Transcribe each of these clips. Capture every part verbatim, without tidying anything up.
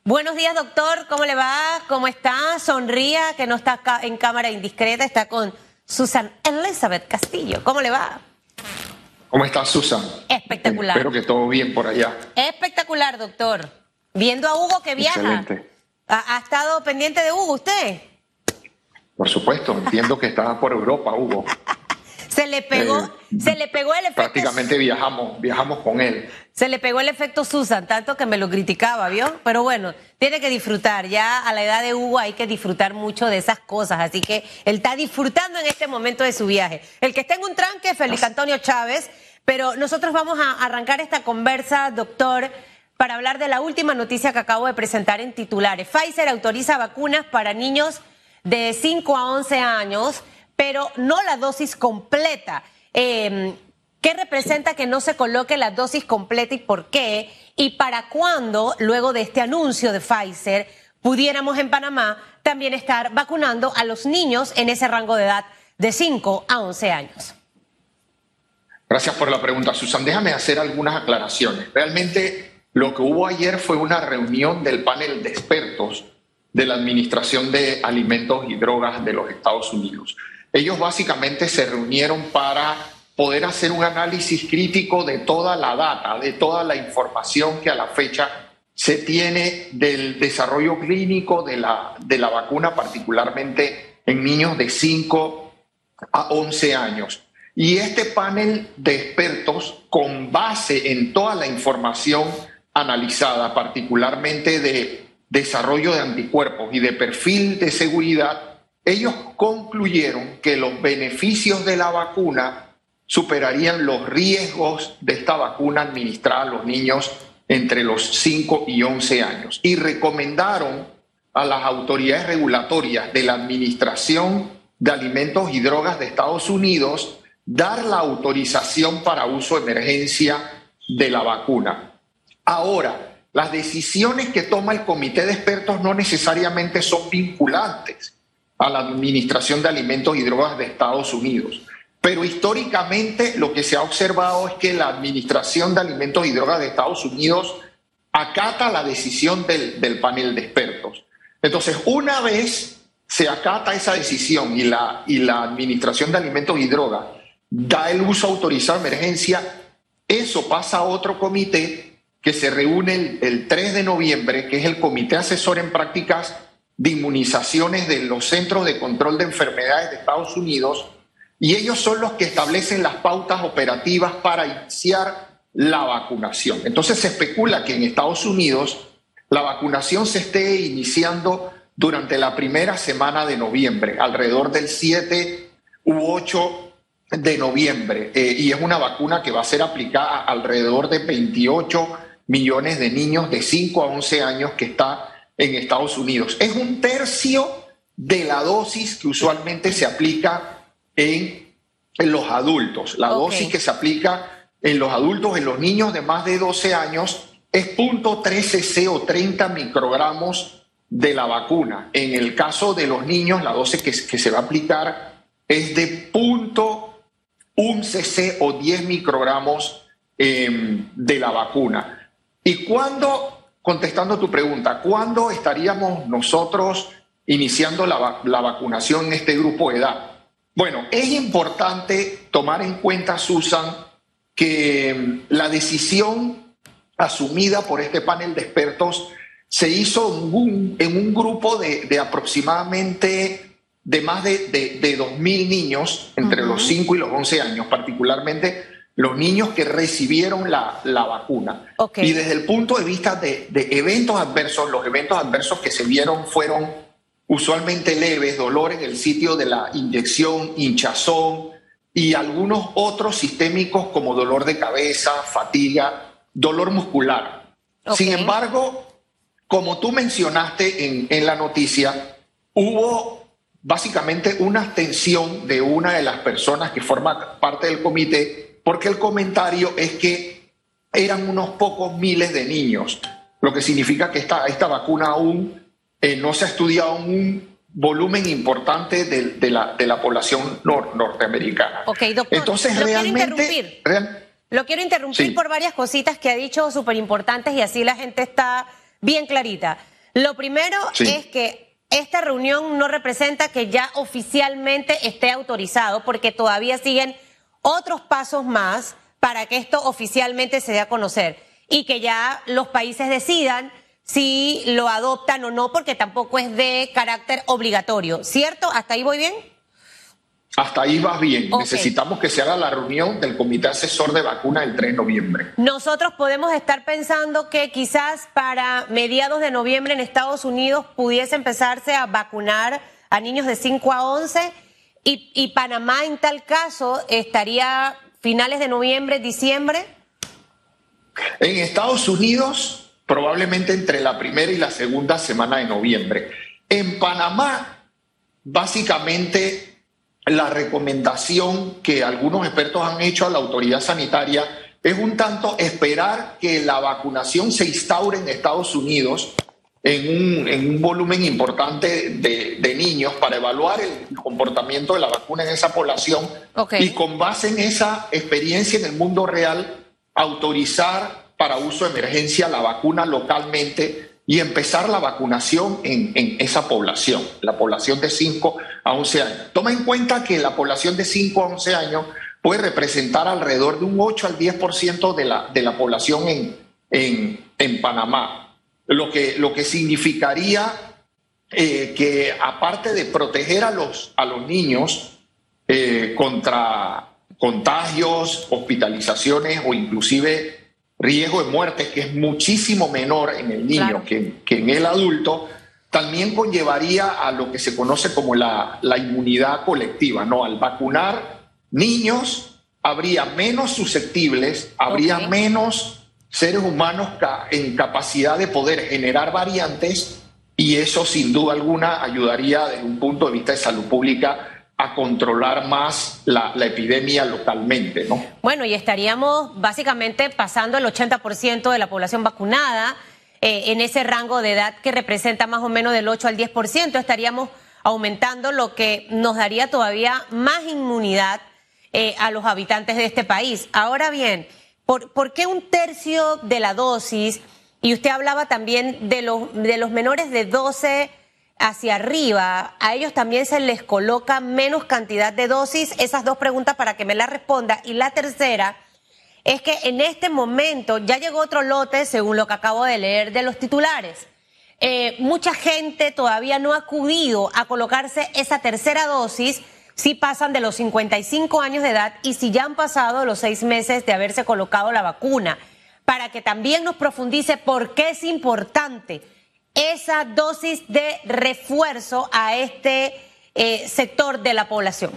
Buenos días, doctor. ¿Cómo le va? ¿Cómo está? Sonría, que no está acá en cámara indiscreta. Está con Susan Elizabeth Castillo. ¿Cómo le va? ¿Cómo está, Susan? Espectacular. Espero que todo bien por allá. Espectacular, doctor. Viendo a Hugo que viaja. Excelente. ¿Ha, ha estado pendiente de Hugo usted? Por supuesto, entiendo que está por Europa, Hugo. Se le pegó, Eh, se le pegó el efecto. Prácticamente viajamos, viajamos con él. Se le pegó el efecto Susan, tanto que me lo criticaba, ¿vio? Pero bueno, tiene que disfrutar. Ya a la edad de Hugo hay que disfrutar mucho de esas cosas. Así que él está disfrutando en este momento de su viaje. El que está en un tranque es Félix Antonio Chávez. Pero nosotros vamos a arrancar esta conversa, doctor, para hablar de la última noticia que acabo de presentar en titulares. Pfizer autoriza vacunas para niños de cinco a once años, pero no la dosis completa. Eh, ¿Qué representa que no se coloque la dosis completa y por qué? ¿Y para cuándo, luego de este anuncio de Pfizer, pudiéramos en Panamá también estar vacunando a los niños en ese rango de edad de cinco a once años? Gracias por la pregunta, Susan. Déjame hacer algunas aclaraciones. Realmente lo que hubo ayer fue una reunión del panel de expertos de la Administración de Alimentos y Drogas de los Estados Unidos. Ellos básicamente se reunieron para poder hacer un análisis crítico de toda la data, de toda la información que a la fecha se tiene del desarrollo clínico de la, de la vacuna, particularmente en niños de cinco a once años. Y este panel de expertos, con base en toda la información analizada, particularmente de desarrollo de anticuerpos y de perfil de seguridad, ellos concluyeron que los beneficios de la vacuna superarían los riesgos de esta vacuna administrada a los niños entre los cinco y once años. Y recomendaron a las autoridades regulatorias de la Administración de Alimentos y Drogas de Estados Unidos dar la autorización para uso de emergencia de la vacuna. Ahora, las decisiones que toma el comité de expertos no necesariamente son vinculantes a la Administración de Alimentos y Drogas de Estados Unidos. Pero históricamente lo que se ha observado es que la Administración de Alimentos y Drogas de Estados Unidos acata la decisión del, del panel de expertos. Entonces, una vez se acata esa decisión y la, y la Administración de Alimentos y Drogas da el uso autorizado de emergencia, eso pasa a otro comité que se reúne el, el tres de noviembre, que es el Comité Asesor en Prácticas de Inmunizaciones de los Centros de Control de Enfermedades de Estados Unidos, y ellos son los que establecen las pautas operativas para iniciar la vacunación. Entonces se especula que en Estados Unidos la vacunación se esté iniciando durante la primera semana de noviembre, alrededor del siete u ocho de noviembre, eh, y es una vacuna que va a ser aplicada a alrededor de veintiocho millones de niños de cinco a once años que está en Estados Unidos. Es un tercio de la dosis que usualmente se aplica en, en los adultos. La okay. dosis que se aplica en los adultos, en los niños de más de doce años, es cero punto tres cc o treinta microgramos de la vacuna. En el caso de los niños, la dosis que, que se va a aplicar es de cero punto uno cc o diez microgramos eh, de la vacuna. ¿Y cuándo, contestando tu pregunta, cuándo estaríamos nosotros iniciando la, la vacunación en este grupo de edad? Bueno, es importante tomar en cuenta, Susan, que la decisión asumida por este panel de expertos se hizo en un, en un grupo de, de aproximadamente de más de, de, de dos mil niños entre uh-huh. los cinco y los once años, particularmente los niños que recibieron la, la vacuna. Okay. Y desde el punto de vista de, de eventos adversos, los eventos adversos que se vieron fueron usualmente leves, dolor en el sitio de la inyección, hinchazón y algunos otros sistémicos como dolor de cabeza, fatiga, dolor muscular. Okay. Sin embargo, como tú mencionaste en, en la noticia, hubo básicamente una abstención de una de las personas que forma parte del comité, porque el comentario es que eran unos pocos miles de niños, lo que significa que esta, esta vacuna aún eh, no se ha estudiado en un volumen importante de, de, la, de la población nor, norteamericana. Ok, doctor, entonces lo realmente... quiero interrumpir, real, lo quiero interrumpir sí. por varias cositas que ha dicho súper importantes y así la gente está bien clarita. Lo primero Sí. es que esta reunión no representa que ya oficialmente esté autorizado, porque todavía siguen otros pasos más para que esto oficialmente se dé a conocer y que ya los países decidan si lo adoptan o no, porque tampoco es de carácter obligatorio, ¿cierto? ¿Hasta ahí voy bien? Hasta ahí vas bien. Ok. Necesitamos que se haga la reunión del Comité Asesor de Vacunas el tres de noviembre. Nosotros podemos estar pensando que quizás para mediados de noviembre en Estados Unidos pudiese empezarse a vacunar a niños de cinco a once y, y Panamá en tal caso estaría finales de noviembre, diciembre. En Estados Unidos, probablemente entre la primera y la segunda semana de noviembre. En Panamá, básicamente, la recomendación que algunos expertos han hecho a la autoridad sanitaria es un tanto esperar que la vacunación se instaure en Estados Unidos en un, en un volumen importante de, de niños para evaluar el comportamiento de la vacuna en esa población. Okay. Y con base en esa experiencia en el mundo real, autorizar para uso de emergencia la vacuna localmente y empezar la vacunación en, en esa población, la población de cinco a once años. Toma en cuenta que la población de cinco a once años puede representar alrededor de un ocho al diez por ciento de la, de la población en, en, en Panamá, lo que, lo que significaría eh, que aparte de proteger a los, a los niños eh, contra contagios, hospitalizaciones o inclusive riesgo de muerte, que es muchísimo menor en el niño Claro. que, que en el adulto, también conllevaría a lo que se conoce como la, la inmunidad colectiva, ¿no? Al vacunar niños, habría menos susceptibles, habría Ok. menos seres humanos ca- en capacidad de poder generar variantes, y eso sin duda alguna ayudaría desde un punto de vista de salud pública a controlar más la, la epidemia localmente, ¿no? Bueno, y estaríamos básicamente pasando el ochenta por ciento de la población vacunada eh, en ese rango de edad que representa más o menos del ocho al diez por ciento. Estaríamos aumentando, lo que nos daría todavía más inmunidad eh, a los habitantes de este país. Ahora bien, ¿por, por qué un tercio de la dosis? Y usted hablaba también de los, de los menores de doce hacia arriba, a ellos también se les coloca menos cantidad de dosis. Esas dos preguntas para que me las responda. Y la tercera es que en este momento ya llegó otro lote, según lo que acabo de leer de los titulares. Eh, mucha gente todavía no ha acudido a colocarse esa tercera dosis si pasan de los cincuenta y cinco años de edad y si ya han pasado los seis meses de haberse colocado la vacuna. Para que también nos profundice por qué es importante esa dosis de refuerzo a este eh, sector de la población.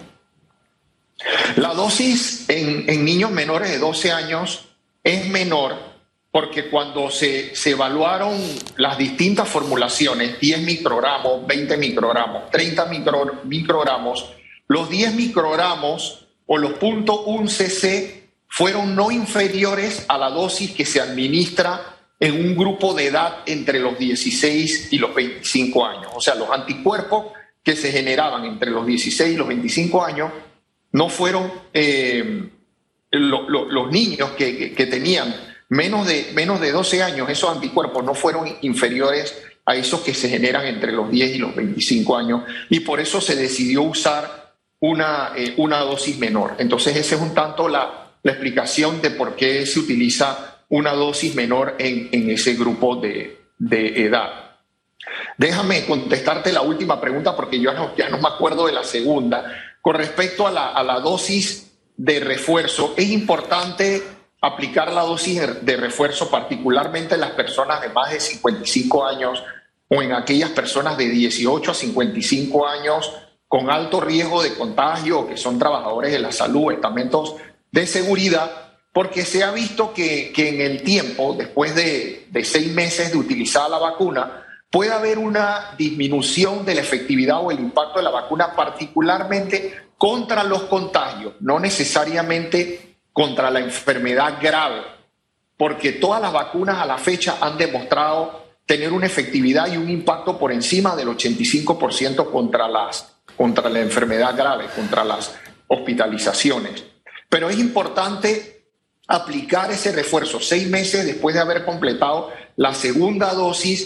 La dosis en, en niños menores de doce años es menor porque cuando se, se evaluaron las distintas formulaciones, diez microgramos, veinte microgramos, treinta micro, microgramos, los diez microgramos o los punto uno cc fueron no inferiores a la dosis que se administra en un grupo de edad entre los dieciséis y los veinticinco años. O sea, los anticuerpos que se generaban entre los dieciséis y los veinticinco años no fueron eh, lo, lo, los niños que, que, que tenían menos de, menos de doce años, esos anticuerpos no fueron inferiores a esos que se generan entre los diez y los veinticinco años, y por eso se decidió usar una, eh, una dosis menor. Entonces esa es un tanto la, la explicación de por qué se utiliza una dosis menor en, en ese grupo de, de edad. Déjame contestarte la última pregunta porque yo no, ya no me acuerdo de la segunda. Con respecto a la, a la dosis de refuerzo, es importante aplicar la dosis de refuerzo particularmente en las personas de más de cincuenta y cinco años o en aquellas personas de dieciocho a cincuenta y cinco años con alto riesgo de contagio, que son trabajadores de la salud, estamentos de seguridad, porque se ha visto que, que en el tiempo, después de, de seis meses de utilizar la vacuna, puede haber una disminución de la efectividad o el impacto de la vacuna, particularmente contra los contagios, no necesariamente contra la enfermedad grave, porque todas las vacunas a la fecha han demostrado tener una efectividad y un impacto por encima del ochenta y cinco por ciento contra, las, contra la enfermedad grave, contra las hospitalizaciones. Pero es importante aplicar ese refuerzo seis meses después de haber completado la segunda dosis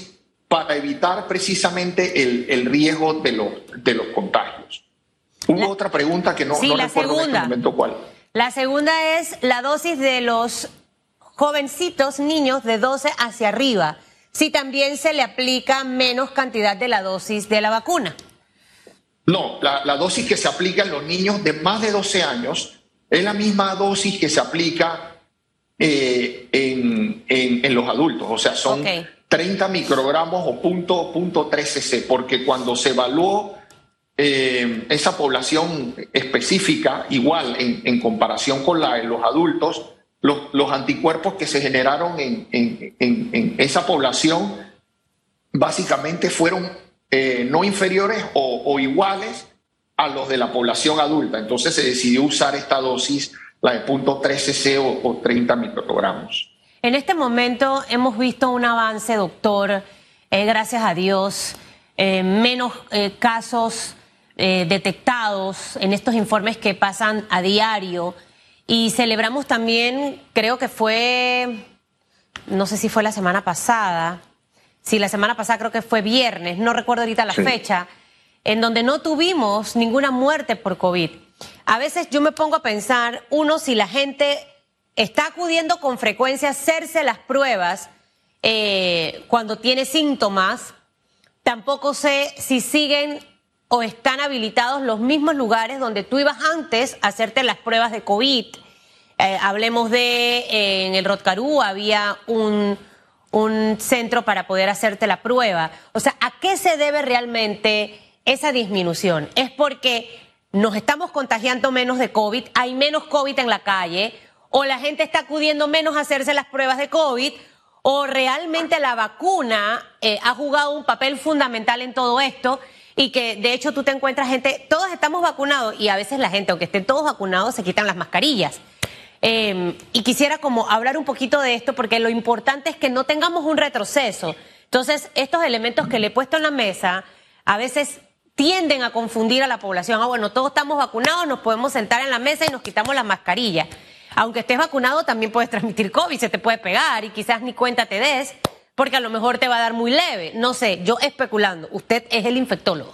para evitar precisamente el, el riesgo de los, de los contagios. Hubo la, otra pregunta que no, sí, no la recuerdo segunda, en este momento cuál. La segunda es la dosis de los jovencitos, niños de doce hacia arriba, si también se le aplica menos cantidad de la dosis de la vacuna. No, la, la dosis que se aplica en los niños de más de doce años es la misma dosis que se aplica eh, en, en, en los adultos, o sea, son okay. treinta microgramos o punto, punto tres cc, porque cuando se evaluó eh, esa población específica, igual en, en comparación con la de los adultos, los, los anticuerpos que se generaron en, en, en, en esa población básicamente fueron eh, no inferiores o, o iguales a los de la población adulta. Entonces se decidió usar esta dosis, la de punto tres cc o, o treinta microgramos. En este momento hemos visto un avance, doctor, eh, gracias a Dios, eh, menos eh, casos eh, detectados en estos informes que pasan a diario. Y celebramos también, creo que fue, no sé si fue la semana pasada, sí, la semana pasada creo que fue viernes, no recuerdo ahorita la sí. fecha, en donde no tuvimos ninguna muerte por COVID. A veces yo me pongo a pensar, uno, si la gente está acudiendo con frecuencia a hacerse las pruebas eh, cuando tiene síntomas, tampoco sé si siguen o están habilitados los mismos lugares donde tú ibas antes a hacerte las pruebas de COVID. Eh, hablemos de, eh, en el Rotcarú había un, un centro para poder hacerte la prueba. O sea, ¿a qué se debe realmente esa disminución? ¿Es porque nos estamos contagiando menos de COVID, hay menos COVID en la calle, o la gente está acudiendo menos a hacerse las pruebas de COVID, o realmente la vacuna eh, ha jugado un papel fundamental en todo esto? Y que de hecho tú te encuentras gente, todos estamos vacunados y a veces la gente, aunque estén todos vacunados, se quitan las mascarillas. Eh, y quisiera como hablar un poquito de esto porque lo importante es que no tengamos un retroceso. Entonces, estos elementos que le he puesto en la mesa a veces tienden a confundir a la población. Ah, bueno, todos estamos vacunados, nos podemos sentar en la mesa y nos quitamos las mascarillas. Aunque estés vacunado también puedes transmitir COVID, se te puede pegar y quizás ni cuenta te des, porque a lo mejor te va a dar muy leve. No sé, yo especulando. Usted es el infectólogo.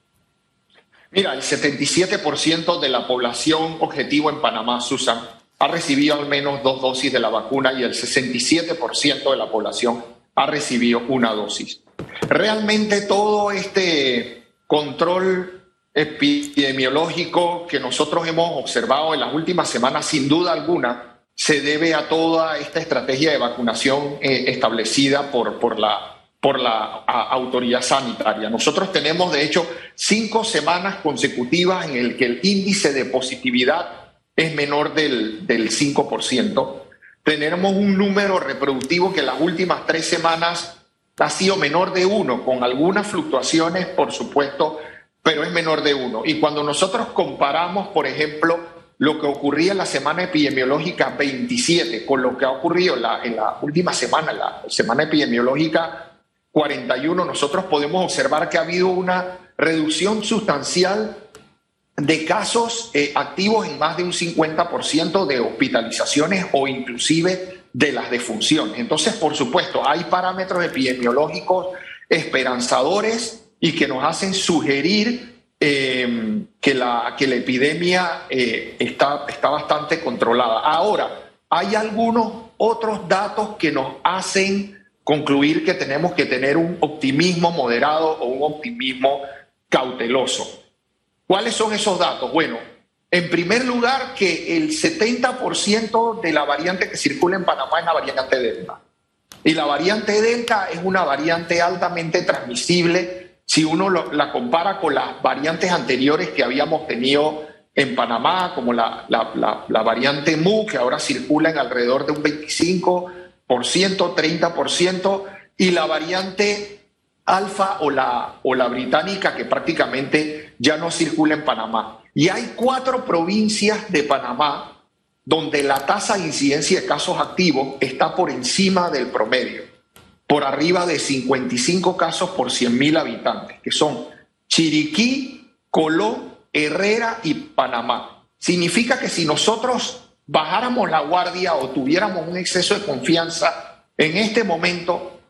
Mira, el setenta y siete por ciento de la población objetivo en Panamá, Susan, ha recibido al menos dos dosis de la vacuna y el sesenta y siete por ciento de la población ha recibido una dosis. Realmente todo este control epidemiológico que nosotros hemos observado en las últimas semanas, sin duda alguna, se debe a toda esta estrategia de vacunación eh, establecida por, por la, por la a, autoridad sanitaria. Nosotros tenemos, de hecho, cinco semanas consecutivas en el que el índice de positividad es menor del, del cinco por ciento. Tenemos un número reproductivo que en las últimas tres semanas ha sido menor de uno, con algunas fluctuaciones, por supuesto, pero es menor de uno. Y cuando nosotros comparamos, por ejemplo, lo que ocurría en la semana epidemiológica veintisiete con lo que ha ocurrido en la, en la última semana, la semana epidemiológica cuarenta y uno, nosotros podemos observar que ha habido una reducción sustancial de casos eh, activos en más de un cincuenta por ciento de hospitalizaciones o inclusive de las defunciones. Entonces, por supuesto, hay parámetros epidemiológicos esperanzadores y que nos hacen sugerir Eh, que, la, que la epidemia eh, está, está bastante controlada. Ahora, hay algunos otros datos que nos hacen concluir que tenemos que tener un optimismo moderado o un optimismo cauteloso. ¿Cuáles son esos datos? Bueno, en primer lugar, que el setenta por ciento de la variante que circula en Panamá es la variante Delta. Y la variante Delta es una variante altamente transmisible si uno lo, la compara con las variantes anteriores que habíamos tenido en Panamá, como la, la, la, la variante Mu, que ahora circula en alrededor de un veinticinco por ciento, treinta por ciento, y la variante Alfa o la, o la británica, que prácticamente ya no circula en Panamá. Y hay cuatro provincias de Panamá donde la tasa de incidencia de casos activos está por encima del promedio, por arriba de cincuenta y cinco casos por cien mil habitantes, que son Chiriquí, Colón, Herrera y Panamá. Significa que si nosotros bajáramos la guardia o tuviéramos un exceso de confianza en este momento,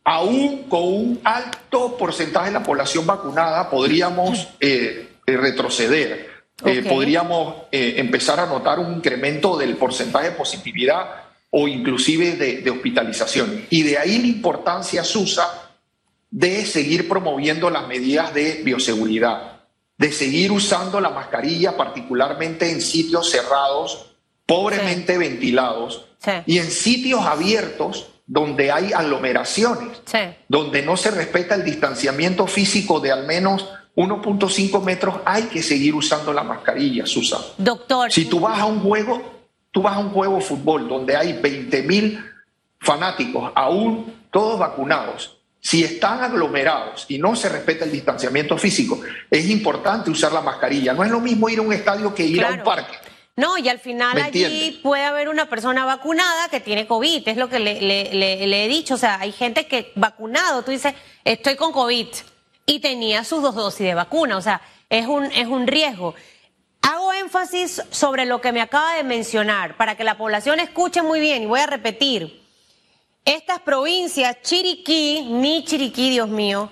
aún con un alto porcentaje de la población vacunada, podríamos eh, eh, retroceder. Okay. Eh, podríamos eh, empezar a notar un incremento del porcentaje de positividad o inclusive de, de hospitalización. Y de ahí la importancia, Susa, de seguir promoviendo las medidas de bioseguridad, de seguir usando la mascarilla, particularmente en sitios cerrados, pobremente sí. ventilados, sí. y en sitios abiertos donde hay aglomeraciones, sí. donde no se respeta el distanciamiento físico de al menos uno punto cinco metros, hay que seguir usando la mascarilla, Susan. Doctor. Si tú vas a un juego, tú vas a un juego de fútbol donde hay veinte mil fanáticos, aún todos vacunados, si están aglomerados y no se respeta el distanciamiento físico, es importante usar la mascarilla. No es lo mismo ir a un estadio que ir claro. a un parque. No, y al final allí puede haber una persona vacunada que tiene COVID, es lo que le, le, le, le he dicho. O sea, hay gente que vacunado, tú dices, estoy con COVID, y tenía sus dos dosis de vacuna. O sea, es un, es un riesgo. Hago énfasis sobre lo que me acaba de mencionar, para que la población escuche muy bien, y voy a repetir. Estas provincias, Chiriquí, mi Chiriquí, Dios mío,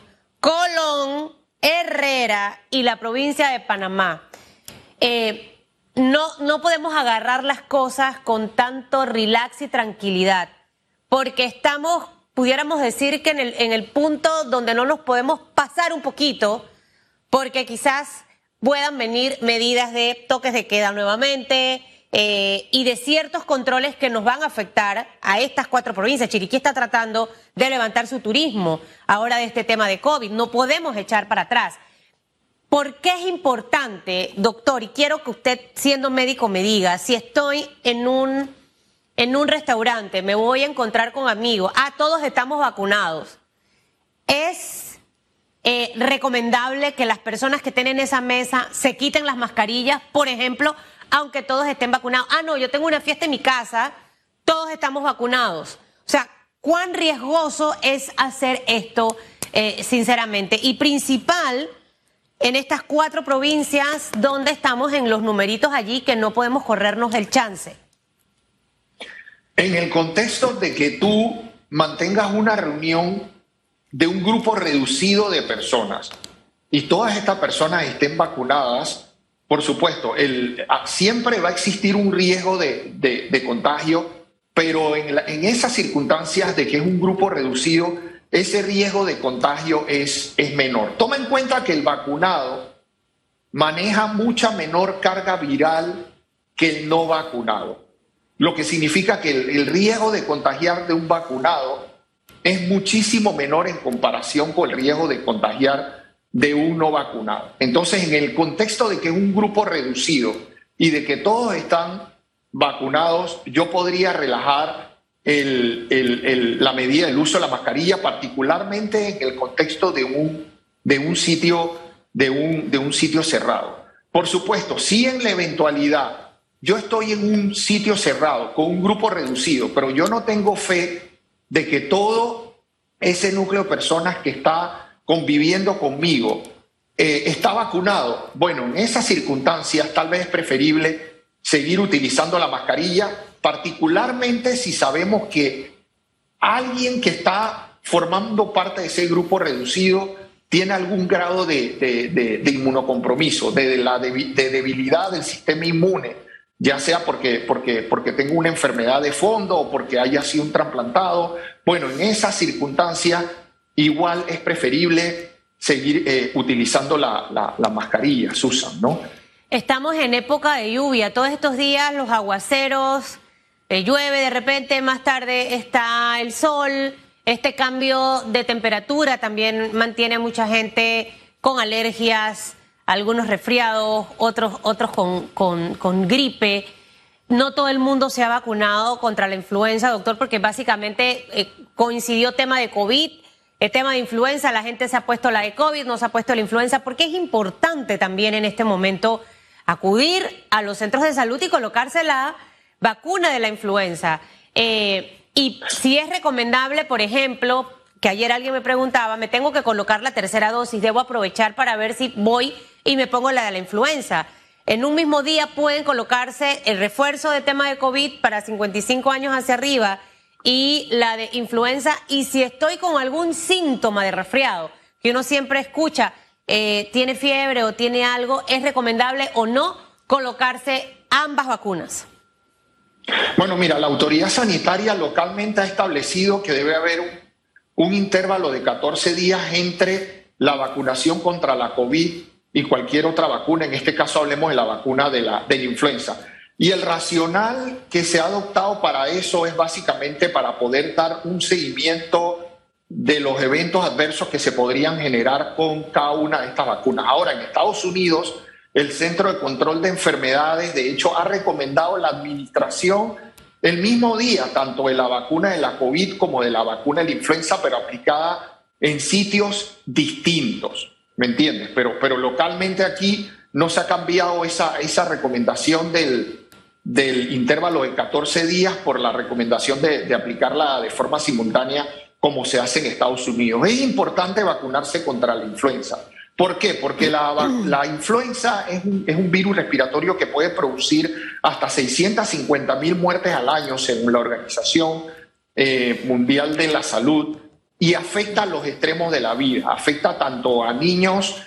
Colón, Herrera y la provincia de Panamá, eh, No, no podemos agarrar las cosas con tanto relax y tranquilidad, porque estamos, pudiéramos decir que en el, en el punto donde no nos podemos pasar un poquito, porque quizás puedan venir medidas de toques de queda nuevamente eh, y de ciertos controles que nos van a afectar a estas cuatro provincias. Chiriquí está tratando de levantar su turismo ahora de este tema de COVID, no podemos echar para atrás. ¿Por qué es importante, doctor? Y quiero que usted, siendo médico, me diga, si estoy en un, en un restaurante, me voy a encontrar con amigos, ah, todos estamos vacunados. ¿Es eh, recomendable que las personas que estén en esa mesa se quiten las mascarillas, por ejemplo, aunque todos estén vacunados? Ah, no, yo tengo una fiesta en mi casa, todos estamos vacunados. O sea, ¿cuán riesgoso es hacer esto, eh, sinceramente? Y principal, en estas cuatro provincias donde estamos en los numeritos allí que no podemos corrernos el chance. En el contexto de que tú mantengas una reunión de un grupo reducido de personas y todas estas personas estén vacunadas, por supuesto, el, siempre va a existir un riesgo de, de, de contagio, pero en, la, en esas circunstancias de que es un grupo reducido, ese riesgo de contagio es, es menor. Toma en cuenta que el vacunado maneja mucha menor carga viral que el no vacunado, lo que significa que el, el riesgo de contagiar de un vacunado es muchísimo menor en comparación con el riesgo de contagiar de un no vacunado. Entonces, en el contexto de que es un grupo reducido y de que todos están vacunados, yo podría relajar El, el, el, la medida del uso de la mascarilla, particularmente en el contexto de un, de un, sitio, de un, de un sitio cerrado. Por supuesto, si en la eventualidad yo estoy en un sitio cerrado con un grupo reducido, pero yo no tengo fe de que todo ese núcleo de personas que está conviviendo conmigo eh, está vacunado, bueno, en esas circunstancias tal vez es preferible seguir utilizando la mascarilla, particularmente si sabemos que alguien que está formando parte de ese grupo reducido tiene algún grado de, de, de, de inmunocompromiso, de, la de, de debilidad del sistema inmune, ya sea porque, porque, porque tenga una enfermedad de fondo o porque haya sido un trasplantado. Bueno, en esas circunstancias igual es preferible seguir eh, utilizando la, la, la mascarilla, Susan, ¿no? Estamos en época de lluvia, todos estos días los aguaceros, eh, llueve de repente, más tarde está el sol, este cambio de temperatura también mantiene a mucha gente con alergias, algunos resfriados, otros, otros con, con, con gripe. No todo el mundo se ha vacunado contra la influenza, doctor, porque básicamente eh, coincidió tema de COVID, el tema de influenza, la gente se ha puesto la de COVID, no se ha puesto la influenza, porque es importante también en este momento acudir a los centros de salud y colocarse la vacuna de la influenza. Eh, y si es recomendable, por ejemplo, que ayer alguien me preguntaba, me tengo que colocar la tercera dosis, debo aprovechar para ver si voy y me pongo la de la influenza. En un mismo día pueden colocarse el refuerzo de tema de COVID para cincuenta y cinco años hacia arriba y la de influenza. Y si estoy con algún síntoma de resfriado, que uno siempre escucha, eh, tiene fiebre o tiene algo, ¿es recomendable o no colocarse ambas vacunas? Bueno, mira, la autoridad sanitaria localmente ha establecido que debe haber un, un intervalo de catorce días entre la vacunación contra la COVID y cualquier otra vacuna. En este caso hablemos de la vacuna de la, de la influenza. Y el racional que se ha adoptado para eso es básicamente para poder dar un seguimiento de los eventos adversos que se podrían generar con cada una de estas vacunas. Ahora, en Estados Unidos, el Centro de Control de Enfermedades, de hecho, ha recomendado la administración el mismo día, tanto de la vacuna de la COVID como de la vacuna de la influenza, pero aplicada en sitios distintos, ¿me entiendes? Pero, pero localmente aquí no se ha cambiado esa, esa recomendación del, del intervalo de catorce días por la recomendación de, de aplicarla de forma simultánea como se hace en Estados Unidos. Es importante vacunarse contra la influenza. ¿Por qué? Porque la, la influenza es un, es un virus respiratorio que puede producir hasta seiscientas cincuenta mil muertes al año, según la Organización eh, Mundial de la Salud, y afecta a los extremos de la vida. Afecta tanto a niños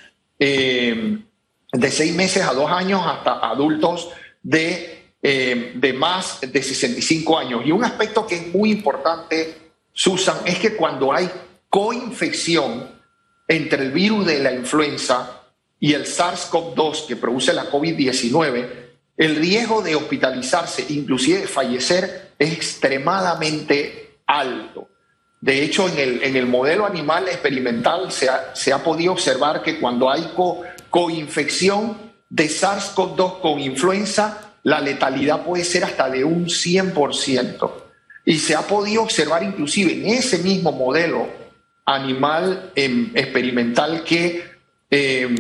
eh, de seis meses a dos años hasta adultos de, eh, de más de sesenta y cinco años. Y un aspecto que es muy importante, Susan, es que cuando hay coinfección entre el virus de la influenza y el SARS-CoV dos que produce la COVID diecinueve, el riesgo de hospitalizarse, inclusive de fallecer, es extremadamente alto. De hecho, en el, en el modelo animal experimental se ha, se ha podido observar que cuando hay co, coinfección de SARS-CoV dos con influenza, la letalidad puede ser hasta de un cien por ciento. Y se ha podido observar inclusive en ese mismo modelo animal eh, experimental que, eh,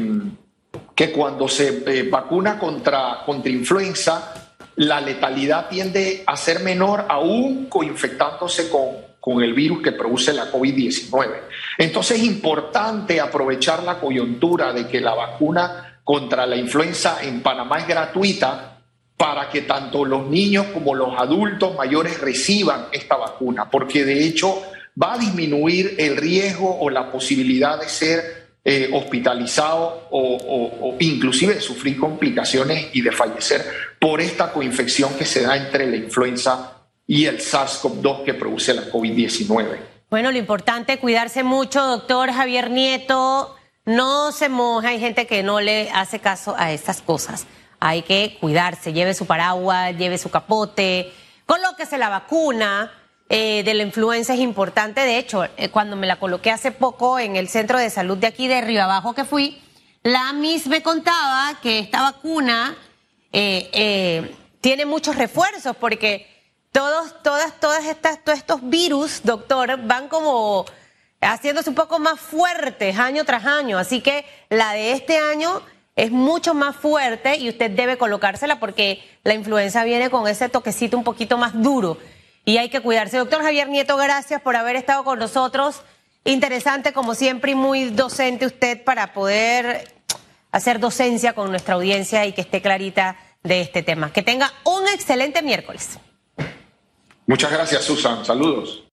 que cuando se eh, vacuna contra, contra influenza, la letalidad tiende a ser menor aún coinfectándose con, con el virus que produce la COVID diecinueve. Entonces es importante aprovechar la coyuntura de que la vacuna contra la influenza en Panamá es gratuita para que tanto los niños como los adultos mayores reciban esta vacuna, porque de hecho va a disminuir el riesgo o la posibilidad de ser eh, hospitalizado o, o, o inclusive de sufrir complicaciones y de fallecer por esta coinfección que se da entre la influenza y el SARS-CoV dos que produce la COVID diecinueve. Bueno, lo importante es cuidarse mucho, doctor Javier Nieto. No se moja, hay gente que no le hace caso a estas cosas. Hay que cuidarse, lleve su paraguas, lleve su capote, colóquese la vacuna. Eh, de la influenza es importante. De hecho, eh, cuando me la coloqué hace poco en el centro de salud de aquí de Río Abajo que fui, la Miss me contaba que esta vacuna eh, eh, tiene muchos refuerzos porque todos, todas, todas estas, todos estos virus, doctor, van como haciéndose un poco más fuertes año tras año. Así que la de este año es mucho más fuerte y usted debe colocársela porque la influenza viene con ese toquecito un poquito más duro. Y hay que cuidarse. Doctor Javier Nieto, gracias por haber estado con nosotros. Interesante, como siempre, y muy docente usted para poder hacer docencia con nuestra audiencia y que esté clarita de este tema. Que tenga un excelente miércoles. Muchas gracias, Susan. Saludos.